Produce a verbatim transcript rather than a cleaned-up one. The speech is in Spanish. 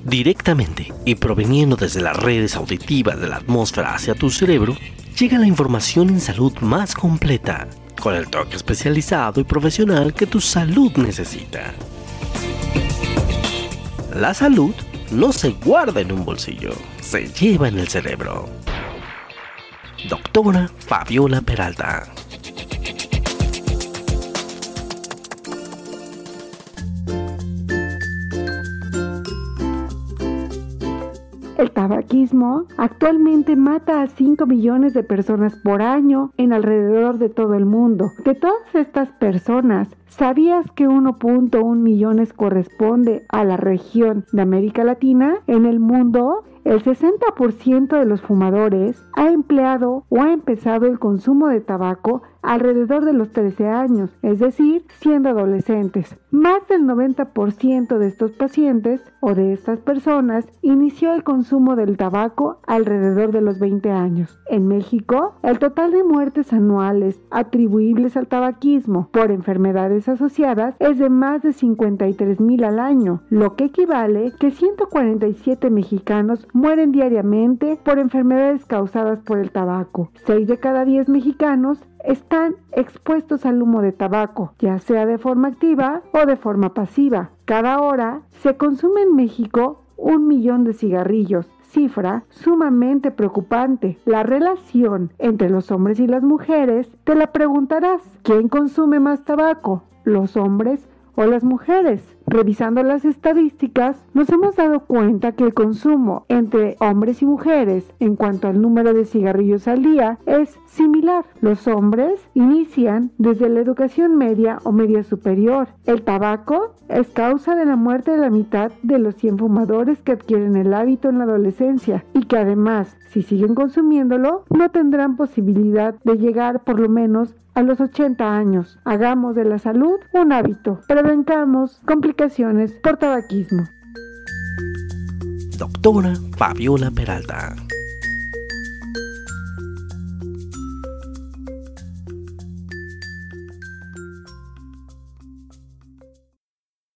Directamente y proveniendo desde las redes auditivas de la atmósfera hacia tu cerebro, llega la información en salud más completa, con el toque especializado y profesional que tu salud necesita. La salud no se guarda en un bolsillo, se lleva en el cerebro. Doctora Fabiola Peralta. El tabaquismo actualmente mata a cinco millones de personas por año en alrededor de todo el mundo. De todas estas personas, ¿sabías que uno punto uno millones corresponde a la región de América Latina? En el mundo, el sesenta por ciento de los fumadores ha empleado o ha empezado el consumo de tabaco alrededor de los trece años, es decir, siendo adolescentes. Más del noventa por ciento de estos pacientes o de estas personas inició el consumo del tabaco alrededor de los veinte años. En México, el total de muertes anuales atribuibles al tabaquismo por enfermedades asociadas es de más de cincuenta y tres mil al año, lo que equivale que ciento cuarenta y siete mexicanos mueren diariamente por enfermedades causadas por el tabaco. seis de cada diez mexicanos están expuestos al humo de tabaco, ya sea de forma activa o de forma pasiva. Cada hora se consume en México un millón de cigarrillos, cifra sumamente preocupante. La relación entre los hombres y las mujeres, te la preguntarás, ¿quién consume más tabaco? ¿Los hombres o las mujeres? Revisando las estadísticas, nos hemos dado cuenta que el consumo entre hombres y mujeres en cuanto al número de cigarrillos al día es similar. Los hombres inician desde la educación media o media superior. El tabaco es causa de la muerte de la mitad de los cien fumadores que adquieren el hábito en la adolescencia y que además, si siguen consumiéndolo, no tendrán posibilidad de llegar por lo menos a los ochenta años. Hagamos de la salud un hábito. Prevengamos complicaciones por tabaquismo. Doctora Fabiola Peralta.